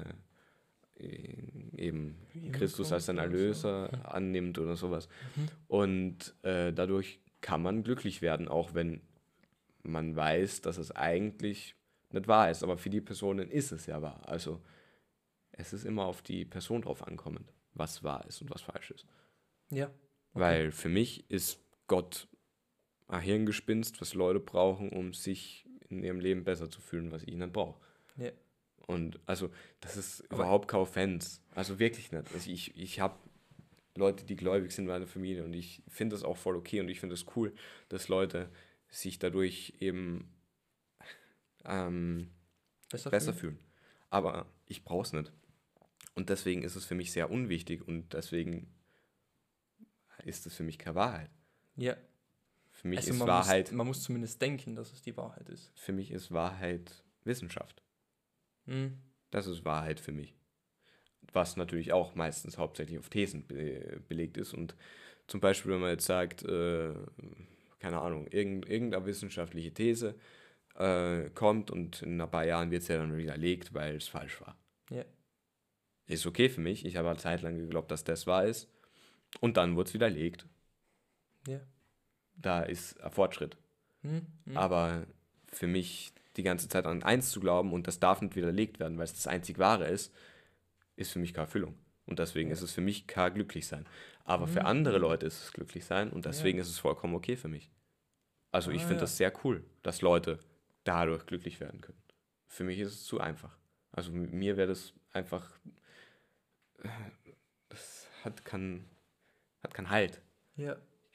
eben Jesus Christus als seinen oder so. Erlöser annimmt oder sowas. Und dadurch kann man glücklich werden, auch wenn man weiß, dass es eigentlich nicht wahr ist. Aber für die Personen ist es ja wahr. Also es ist immer auf die Person drauf ankommend, was wahr ist und was falsch ist. Ja. Weil für mich ist Gott ein Hirngespinst, was Leute brauchen, um sich in ihrem Leben besser zu fühlen, was ich nicht brauche. Ja. Und also, das ist Aber- überhaupt kein Offense. Also wirklich nicht. Also ich habe Leute, die gläubig sind in meiner Familie und ich finde das auch voll okay und ich finde es cool, dass Leute sich dadurch eben besser fühlen. Aber ich brauche es nicht. Und deswegen ist es für mich sehr unwichtig und deswegen ist es für mich keine Wahrheit. Ja. Für mich Also ist man Wahrheit, man muss zumindest denken, dass es die Wahrheit ist. für mich ist Wahrheit Wissenschaft. Mhm. Das ist Wahrheit für mich. Was natürlich auch meistens hauptsächlich auf Thesen belegt ist. Und zum Beispiel, wenn man jetzt sagt, keine Ahnung, irgendeine wissenschaftliche These kommt und in ein paar Jahren wird es ja dann widerlegt, weil es falsch war. Ja. Ist okay für mich. Ich habe eine Zeit lang geglaubt, dass das wahr ist. Und dann wurde es widerlegt. Ja. Da ist ein Fortschritt. Mhm. Aber für mich die ganze Zeit an eins zu glauben und das darf nicht widerlegt werden, weil es das einzig Wahre ist für mich keine Erfüllung. Und deswegen ist es für mich kein Glücklichsein. Aber für andere Leute ist es Glücklichsein und deswegen ist es vollkommen okay für mich. Also ich finde das sehr cool, dass Leute dadurch glücklich werden können. Für mich ist es zu einfach. Also mit mir wäre das einfach, das hat keinen Halt. Ja.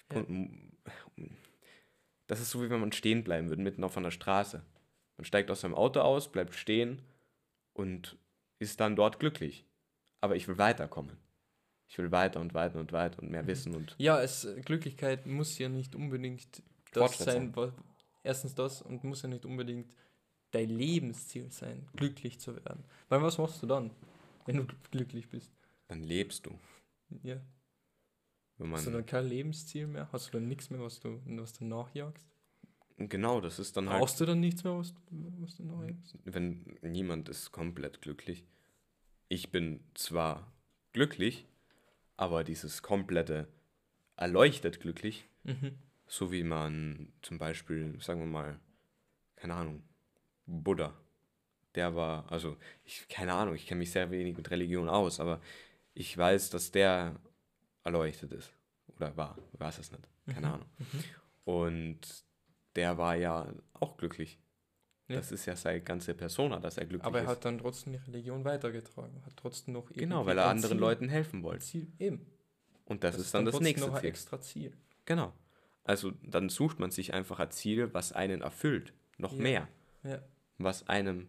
Das ist so, wie wenn man stehen bleiben würde, mitten auf einer Straße. Man steigt aus seinem Auto aus, bleibt stehen und ist dann dort glücklich. Aber ich will weiterkommen. Ich will weiter und weiter und weiter und mehr wissen und Ja, Glücklichkeit muss ja nicht unbedingt das Fortschritt sein, erstens das und muss ja nicht unbedingt dein Lebensziel sein, glücklich zu werden. Weil was machst du dann, wenn du glücklich bist? dann lebst du. Ja. Wenn Hast du man, dann kein Lebensziel mehr? Hast du dann nichts mehr, was du nachjagst? genau, das ist dann halt, Brauchst du dann nichts mehr, was du nachjagst? wenn niemand ist komplett glücklich. Ich bin zwar glücklich, aber dieses komplette erleuchtet glücklich, so wie man zum Beispiel, sagen wir mal, keine Ahnung, Buddha, der war, also keine Ahnung, ich kenne mich sehr wenig mit Religion aus, aber ich weiß, dass der erleuchtet ist oder war, ich weiß es nicht, keine Ahnung. Und der war ja auch glücklich. Ja. Das ist ja seine ganze Persona, dass er glücklich Aber er ist. hat dann trotzdem die Religion weitergetragen, hat trotzdem noch Genau, irgendwie weil er ein anderen Ziel, Leuten helfen wollte. Ziel, eben. Und das ist dann das trotzdem nächste noch ein Ziel. extra Ziel. Genau. Also dann sucht man sich einfach ein Ziel, was einen erfüllt. Noch Ja. mehr. Ja. Was einem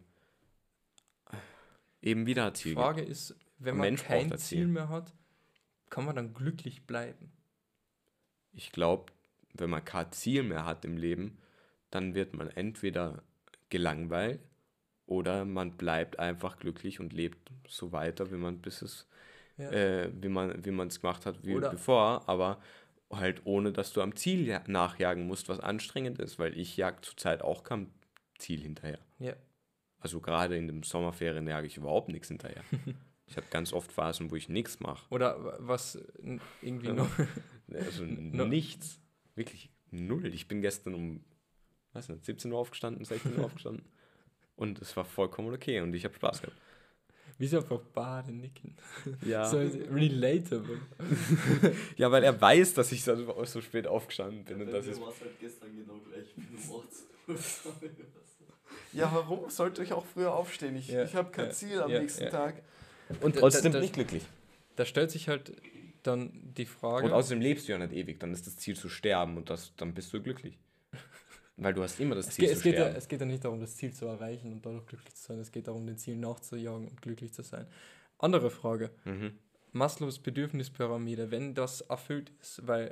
eben wieder ein Die Ziel Frage ist, wenn Ein man Mensch braucht kein ein Ziel Ziel. mehr hat, kann man dann glücklich bleiben? ich glaube, wenn man kein Ziel mehr hat im Leben, dann wird man entweder gelangweilt oder man bleibt einfach glücklich und lebt so weiter, wie man Ja. wie man es gemacht hat wie Oder bevor, aber halt ohne, dass du am Ziel nachjagen musst, was anstrengend ist, weil ich jag zurzeit auch kein Ziel hinterher. ja. Also gerade in den Sommerferien jage ich überhaupt nichts hinterher. Ich habe ganz oft Phasen, wo ich nichts mache. Oder was irgendwie noch. Also No. nichts. Wirklich null. Ich bin gestern um, weiß nicht, 17 Uhr aufgestanden, 16 Uhr aufgestanden. Und es war vollkommen okay und ich habe Spaß gehabt. Wie so einfach baden, nicken. Ja. So relatable. Ja, weil er weiß, dass ich so spät aufgestanden bin. Und Bei das mir ist war es halt gestern genau gleich. Ich bin um 18 Uhr. ja, warum sollt ihr euch auch früher aufstehen? Ich habe kein Ziel am nächsten Tag. Und Da- trotzdem da- bin ich glücklich. Da stellt sich halt dann die Frage. Und außerdem lebst du ja nicht ewig. Dann ist das Ziel zu sterben und dann bist du glücklich. Weil du hast immer das Ziel zu sterben. Es geht ja nicht darum, das Ziel zu erreichen und dadurch glücklich zu sein. Es geht darum, den Ziel nachzujagen und glücklich zu sein. Andere Frage. Mhm. Maslows Bedürfnispyramide, wenn das erfüllt ist, weil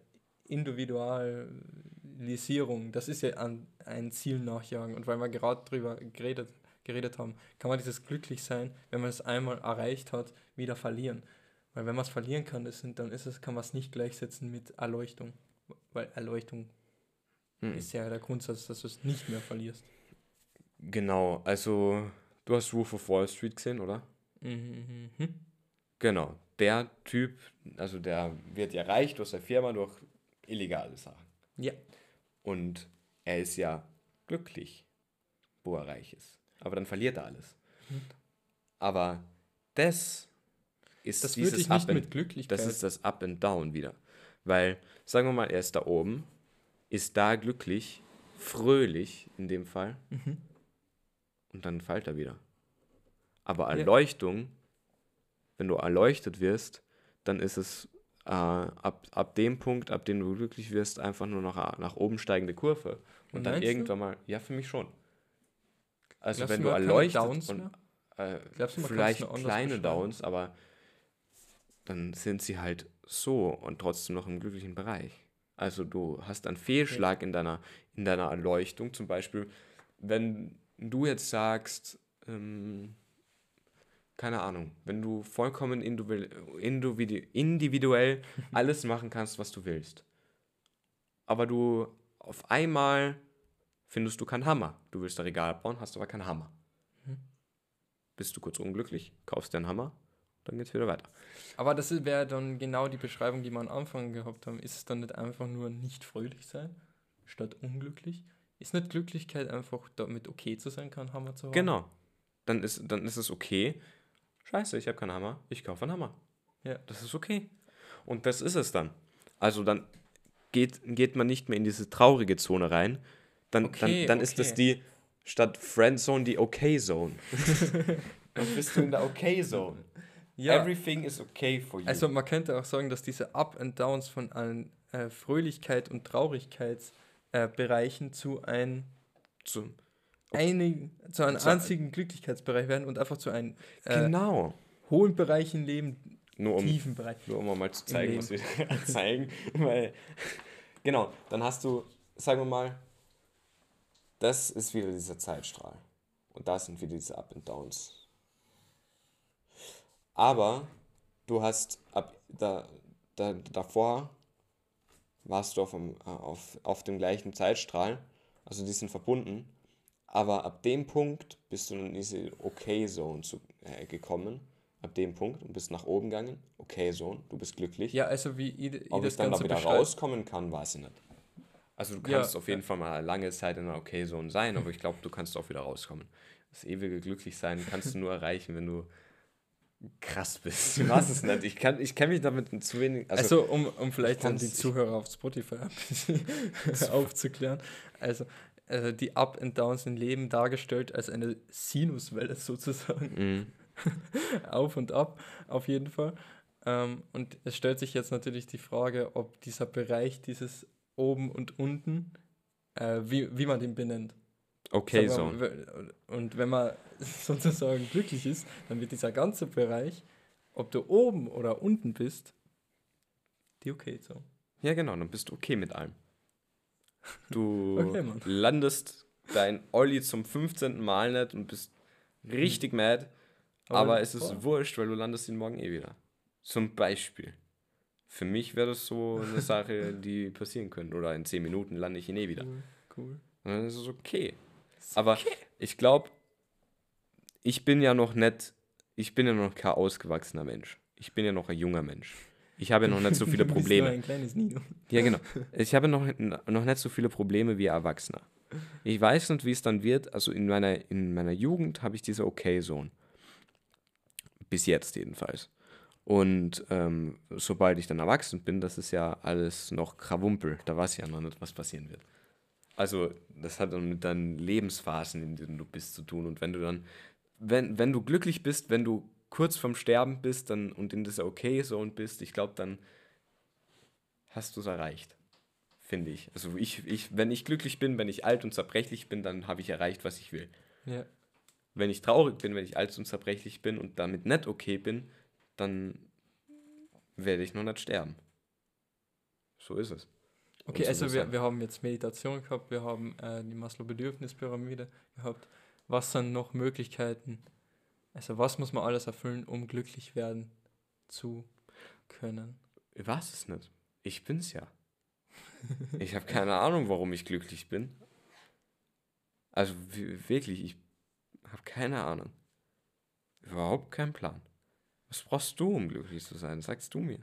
Individualisierung, das ist ja ein Ziel nachjagen. Und weil wir gerade drüber geredet haben, kann man dieses Glücklichsein, wenn man es einmal erreicht hat, wieder verlieren. Weil wenn man es verlieren kann, kann man es nicht gleichsetzen mit Erleuchtung. Weil Erleuchtung ist ja der Grundsatz, dass du es nicht mehr verlierst. Genau, also du hast Wolf of Wall Street gesehen, oder? Mhm. Genau, der Typ, also der wird ja reich durch seine Firma durch illegale Sachen. Ja. Und er ist ja glücklich, wo er reich ist. Aber dann verliert er alles. Aber das ist Das würde ich nicht mit Glücklichkeit. das ist das Up and Down wieder. Weil, sagen wir mal, er ist da oben, ist da glücklich, fröhlich in dem Fall. Und dann fällt er wieder. Aber Erleuchtung, wenn du erleuchtet wirst, dann ist es ab dem Punkt, ab dem du glücklich wirst, einfach nur noch nach oben steigende Kurve. Und dann Meinst irgendwann mal, ja, für mich schon. Also Glaubst wenn du, du man hat keine erleuchtet Downs und mehr? Glaubst du, man kann es vielleicht nur anders kleine beschreiben? Downs, aber dann sind sie halt so und trotzdem noch im glücklichen Bereich. Also du hast einen Fehlschlag in deiner Erleuchtung, zum Beispiel, wenn du jetzt sagst, keine Ahnung, wenn du vollkommen individuell alles machen kannst, was du willst, aber du auf einmal findest du keinen Hammer. Du willst ein Regal bauen, hast aber keinen Hammer. Bist du kurz unglücklich, kaufst dir einen Hammer, dann geht's wieder weiter. Aber das wäre dann genau die Beschreibung, die wir am Anfang gehabt haben. Ist es dann nicht einfach nur nicht fröhlich sein, statt unglücklich? Ist nicht Glücklichkeit einfach damit okay zu sein, keinen Hammer zu haben? Genau. Dann ist es okay. Scheiße, ich habe keinen Hammer, ich kaufe einen Hammer. Ja. Das ist okay. Und das ist es dann. Also dann geht man nicht mehr in diese traurige Zone rein. Dann ist das die, statt Friendzone, die Okay-Zone. Dann bist du in der Okay-Zone. Ja. Everything is okay for you. Also man könnte auch sagen, dass diese Up and Downs von allen Fröhlichkeit und Traurigkeitsbereichen zu einem einzigen Glücklichkeitsbereich werden und einfach zu einem genau. hohen Bereich im Leben, Nur tiefen Bereich. um mal zu zeigen, Leben. was wir zeigen. Weil, genau, dann hast du, sagen wir mal, das ist wieder dieser Zeitstrahl. Und da sind wieder diese Up and Downs. Aber du hast davor warst du auf dem gleichen Zeitstrahl, also die sind verbunden, aber ab dem Punkt bist du in diese Okay-Zone gekommen, ab dem Punkt und bist nach oben gegangen, Okay-Zone, du bist glücklich. Ja, also wie ich Ob das ich dann da Ganze wieder beschreibe. rauskommen kann, weiß ich nicht. Also du kannst auf jeden Fall mal eine lange Zeit in einer Okay-Zone sein, aber ich glaube, du kannst auch wieder rauskommen. Das ewige Glücklichsein kannst du nur erreichen, wenn du krass bist. Ich weiß es nicht. Ich kenn mich damit zu wenig. Also um vielleicht dann die Zuhörer auf Spotify ein bisschen aufzuklären. Also die Up and Downs im Leben dargestellt als eine Sinuswelle sozusagen. Auf und ab, auf jeden Fall. Und es stellt sich jetzt natürlich die Frage, ob dieser Bereich, dieses Oben und Unten, wie man den benennt. Okay-Zone. Und wenn man sozusagen glücklich ist, dann wird dieser ganze Bereich, ob du oben oder unten bist, die Okay-Zone. Ja, genau, dann bist du okay mit allem. Du Okay, Mann. landest dein Olli zum 15. Mal nicht und bist richtig mad, aber es ist wurscht, weil du landest ihn morgen eh wieder. Zum Beispiel. Für mich wäre das so eine Sache, die passieren könnte. Oder in 10 Minuten lande ich ihn eh wieder. Cool. Und dann ist es okay. Aber ich glaube, ich bin ja noch kein ausgewachsener Mensch. Ich bin ja noch ein junger Mensch. Ich habe ja noch nicht so viele Du bist Probleme. nur ein kleines Nino. Ja, genau. Ich habe noch nicht so viele Probleme wie Erwachsener. Ich weiß nicht, wie es dann wird. Also in meiner Jugend habe ich diese Okay-Zone. Bis jetzt jedenfalls. Und sobald ich dann erwachsen bin, das ist ja alles noch Krawumpel. Da weiß ich ja noch nicht, was passieren wird. Also das hat dann mit deinen Lebensphasen, in denen du bist, zu tun. Und wenn du dann, wenn du glücklich bist, wenn du kurz vorm Sterben bist dann, und in dieser Okay-Zone bist, ich glaube, dann hast du es erreicht, finde ich. Also wenn ich glücklich bin, wenn ich alt und zerbrechlich bin, dann habe ich erreicht, was ich will. Ja. Wenn ich traurig bin, wenn ich alt und zerbrechlich bin und damit nicht okay bin, dann werde ich noch nicht sterben. So ist es. Okay, Und so also ist es. wir haben jetzt Meditation gehabt, wir haben die Maslow-Bedürfnispyramide gehabt. Was sind noch Möglichkeiten? Also was muss man alles erfüllen, um glücklich werden zu können? Ich weiß es nicht. Ich bin's ja. Ich habe keine Ahnung, warum ich glücklich bin. Also wirklich, ich habe keine Ahnung. Überhaupt keinen Plan. Was brauchst du, um glücklich zu sein? Sagst du mir.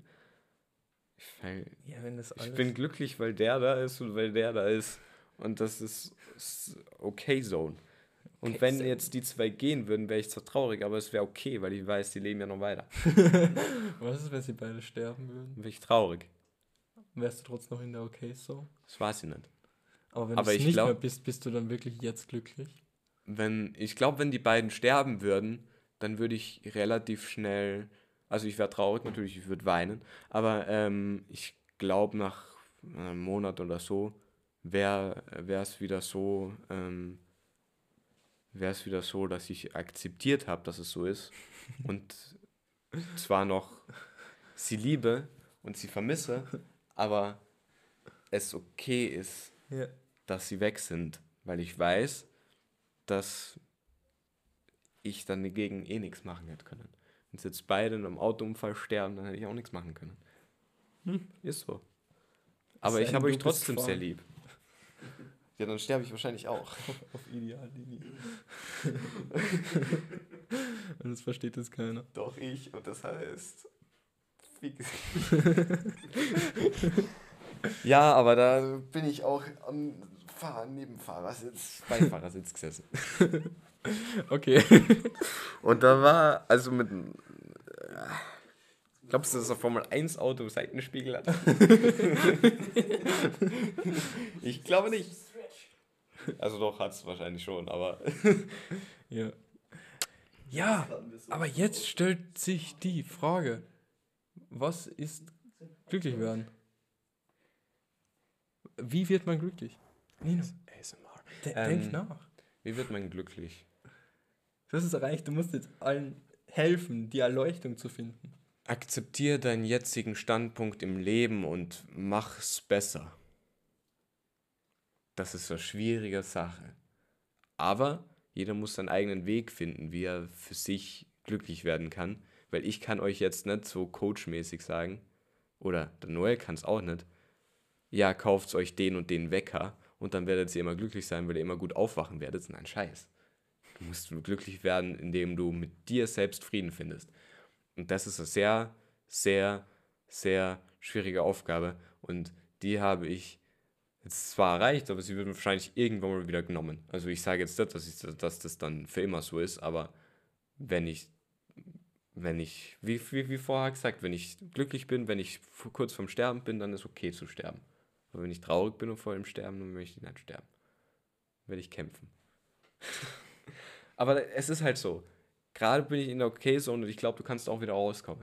Ja, wenn das Ich bin glücklich, weil der da ist und weil der da ist. Und das ist Okay-Zone. Und Okay, wenn so. jetzt die zwei gehen würden, wäre ich zwar traurig, aber es wäre okay, weil ich weiß, die leben ja noch weiter. Was ist, wenn sie beide sterben würden? Dann wäre ich traurig. Wärst du trotzdem noch in der Okay-Zone? Das weiß ich nicht. Aber wenn Aber du es ich nicht glaub- mehr bist, bist du dann wirklich jetzt glücklich? Ich glaube, wenn die beiden sterben würden, dann würde ich relativ schnell, also ich wäre traurig natürlich, ich würde weinen, aber ich glaube, nach einem Monat oder so wäre es wieder so, dass ich akzeptiert habe, dass es so ist und zwar noch sie liebe und sie vermisse, aber es okay ist, Ja. dass sie weg sind, weil ich weiß, dass ich dann dagegen eh nichts machen hätte können. Wenn sie jetzt beide in einem Autounfall sterben, dann hätte ich auch nichts machen können. Ist so. Aber ich habe euch trotzdem sehr lieb. Ja, dann sterbe ich wahrscheinlich auch. Auf Ideallinie. Und das versteht jetzt keiner. Doch ich, und das heißt... Ja, aber da bin ich auch am Beifahrersitz gesessen. Okay. Und da war, also mit... Glaubst du, dass das Formel 1 Auto Seitenspiegel hat? Ich glaube nicht. Also doch, hat es wahrscheinlich schon, aber... Ja. Ja, aber jetzt stellt sich die Frage, was ist glücklich werden? Wie wird man glücklich? Nino, ASMR. denk nach. Wie wird man glücklich? Du hast es erreicht, du musst jetzt allen helfen, die Erleuchtung zu finden. Akzeptiere deinen jetzigen Standpunkt im Leben und mach's besser. Das ist eine schwierige Sache. Aber jeder muss seinen eigenen Weg finden, wie er für sich glücklich werden kann. Weil ich kann euch jetzt nicht so coachmäßig sagen, oder der Noel kann es auch nicht, ja, kauft euch den und den Wecker und dann werdet ihr immer glücklich sein, weil ihr immer gut aufwachen werdet. Nein, Scheiß. Du musst glücklich werden, indem du mit dir selbst Frieden findest. Und das ist eine sehr, sehr, sehr schwierige Aufgabe. Und die habe ich jetzt zwar erreicht, aber sie wird wahrscheinlich irgendwann mal wieder genommen. Also ich sage jetzt nicht, dass das dann für immer so ist, aber wenn ich, wie vorher gesagt, wenn ich glücklich bin, wenn ich kurz vorm Sterben bin, dann ist okay zu sterben. Aber wenn ich traurig bin und vor dem Sterben, dann möchte ich nicht sterben. Dann werde ich kämpfen. Aber es ist halt so. Gerade bin ich in der Okay-Zone und ich glaube, du kannst auch wieder rauskommen.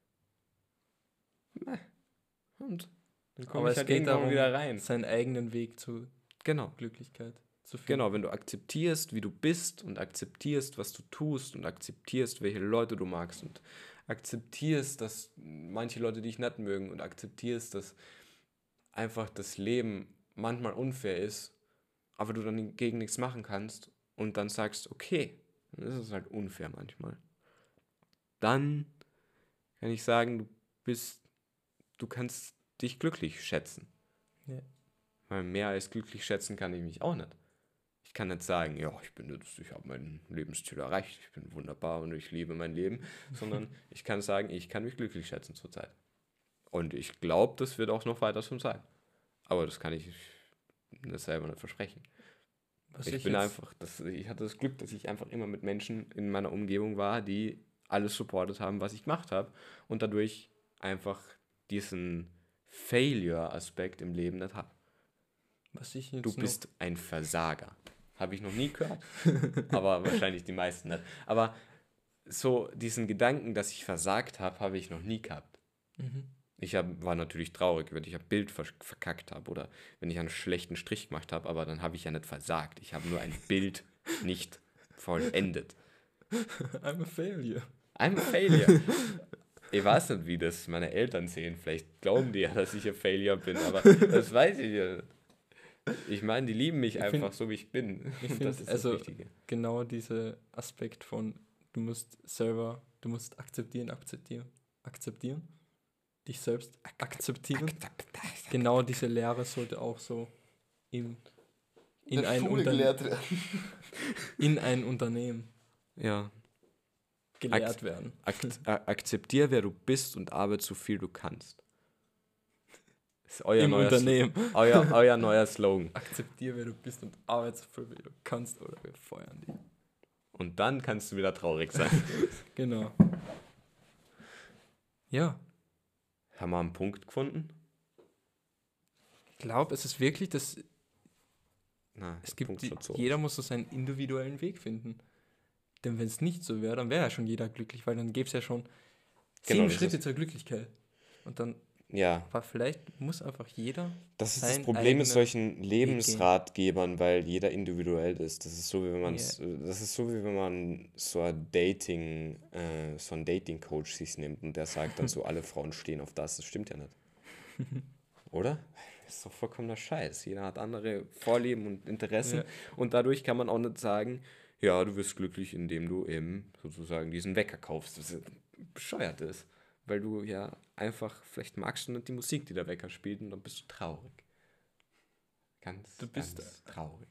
Und dann komme Aber ich es halt geht irgendwann darum, wieder rein. seinen eigenen Weg zur Genau. Glücklichkeit zu finden. Genau, wenn du akzeptierst, wie du bist und akzeptierst, was du tust und akzeptierst, welche Leute du magst und akzeptierst, dass manche Leute dich nicht mögen und akzeptierst, dass einfach das Leben manchmal unfair ist, aber du dann gegen nichts machen kannst und dann sagst, okay, dann ist es halt unfair manchmal. Dann kann ich sagen, du kannst dich glücklich schätzen. Ja. Weil mehr als glücklich schätzen kann ich mich auch nicht. Ich kann nicht sagen, ja, ich habe mein Lebensziel erreicht, ich bin wunderbar und ich liebe mein Leben, sondern ich kann sagen, ich kann mich glücklich schätzen zurzeit. Und ich glaube, das wird auch noch weiter so sein. Aber das kann ich das selber nicht versprechen. Ich hatte das Glück, dass ich einfach immer mit Menschen in meiner Umgebung war, die alles supportet haben, was ich gemacht habe und dadurch einfach diesen Failure-Aspekt im Leben nicht habe. Du bist ein Versager. Habe ich noch nie gehört, aber wahrscheinlich die meisten nicht. Aber so diesen Gedanken, dass ich versagt habe, habe ich noch nie gehabt. War natürlich traurig, wenn ich ein Bild verkackt habe oder wenn ich einen schlechten Strich gemacht habe, aber dann habe ich ja nicht versagt. Ich habe nur ein Bild nicht vollendet. I'm a failure. I'm a failure. Ich weiß nicht, wie das meine Eltern sehen. Vielleicht glauben die ja, dass ich ein Failure bin, aber das weiß ich ja nicht. Ich meine, die lieben mich einfach so, wie ich bin. Ich finde, das Wichtige. Genau dieser Aspekt von, du musst akzeptieren. Dich selbst akzeptieren. Genau diese Lehre sollte auch so in ein Unternehmen gelehrt werden. Akzeptier, wer du bist und arbeite so viel du kannst. Das ist Unternehmen. Euer neuer Slogan. Akzeptier, wer du bist und arbeite so viel wie du kannst oder wir feuern dich. Und dann kannst du wieder traurig sein. Genau. Ja. Haben wir einen Punkt gefunden? Ich glaube, es ist wirklich das. Jeder muss so seinen individuellen Weg finden. Denn wenn es nicht so wäre, dann wäre ja schon jeder glücklich, weil dann gäbe es ja schon 10 Schritte zur Glücklichkeit. Und dann. Ja. Aber vielleicht muss einfach jeder. Das ist das Problem mit solchen Lebensratgebern, weil jeder individuell ist. Das ist so, wie wenn man so ein Dating-Coach sich nimmt und der sagt dann so, alle Frauen stehen auf das. Das stimmt ja nicht. Oder? Das ist doch vollkommener Scheiß. Jeder hat andere Vorlieben und Interessen und dadurch kann man auch nicht sagen, ja, du wirst glücklich, indem du eben sozusagen diesen Wecker kaufst. Das ist bescheuert ist. Weil du ja einfach, vielleicht magst du nicht die Musik, die der Wecker spielt und dann bist du traurig. Ganz traurig.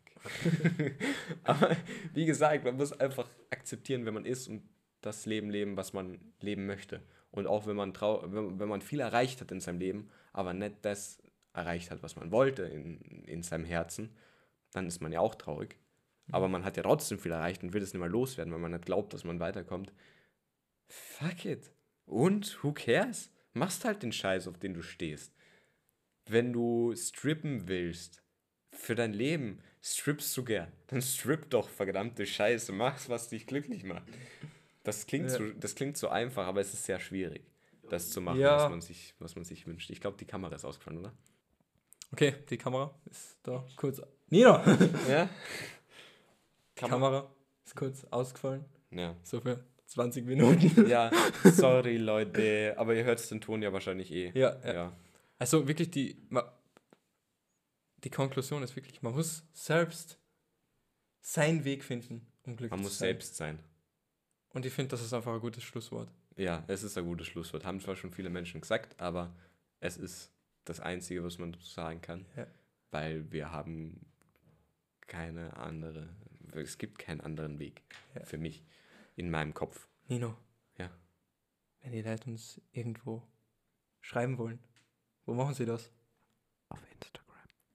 Aber wie gesagt, man muss einfach akzeptieren, wer man ist und das Leben leben, was man leben möchte. Und auch wenn man viel erreicht hat in seinem Leben, aber nicht das erreicht hat, was man wollte in seinem Herzen, dann ist man ja auch traurig. Aber man hat ja trotzdem viel erreicht und will es nicht mehr loswerden, weil man nicht glaubt, dass man weiterkommt. Fuck it. Und, who cares? Machst halt den Scheiß, auf den du stehst. Wenn du strippen willst, für dein Leben, strippst du gern. Dann stripp doch, verdammte Scheiße. Mach's, was dich glücklich macht. Das klingt so einfach, aber es ist sehr schwierig, das zu machen, was man sich wünscht. Ich glaube, die Kamera ist ausgefallen, oder? Okay, die Kamera ist da kurz. Nina! Ja? Kamera ist kurz ausgefallen. Ja. So für 20 Minuten. Ja, sorry Leute, aber ihr hört den Ton ja wahrscheinlich eh. Ja. Also wirklich die Konklusion ist wirklich, man muss selbst seinen Weg finden, um glücklich zu sein. Man muss selbst sein. Und ich finde, das ist einfach ein gutes Schlusswort. Ja, es ist ein gutes Schlusswort. Haben zwar schon viele Menschen gesagt, aber es ist das Einzige, was man dazu sagen kann. Ja. Weil wir haben es gibt keinen anderen Weg für mich. In meinem Kopf. Nino. Ja. Wenn die Leute uns irgendwo schreiben wollen, wo machen sie das? Auf Instagram.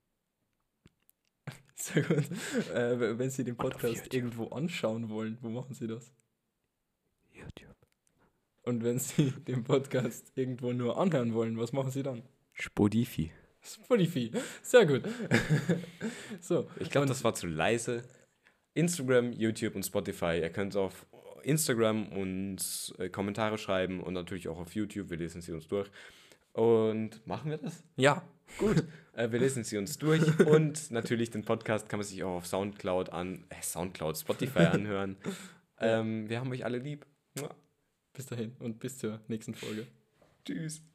Sehr gut. Wenn sie den Podcast irgendwo anschauen wollen, wo machen sie das? YouTube. Und wenn sie den Podcast irgendwo nur anhören wollen, was machen sie dann? Spotify. Sehr gut. So. Ich glaube, das war zu leise. Instagram, YouTube und Spotify. Ihr könnt auf Instagram uns Kommentare schreiben und natürlich auch auf YouTube. Wir lesen sie uns durch. Und machen wir das? Ja. Gut. Wir lesen sie uns durch. Und natürlich den Podcast kann man sich auch auf Spotify anhören. Wir haben euch alle lieb. Bis dahin und bis zur nächsten Folge. Tschüss.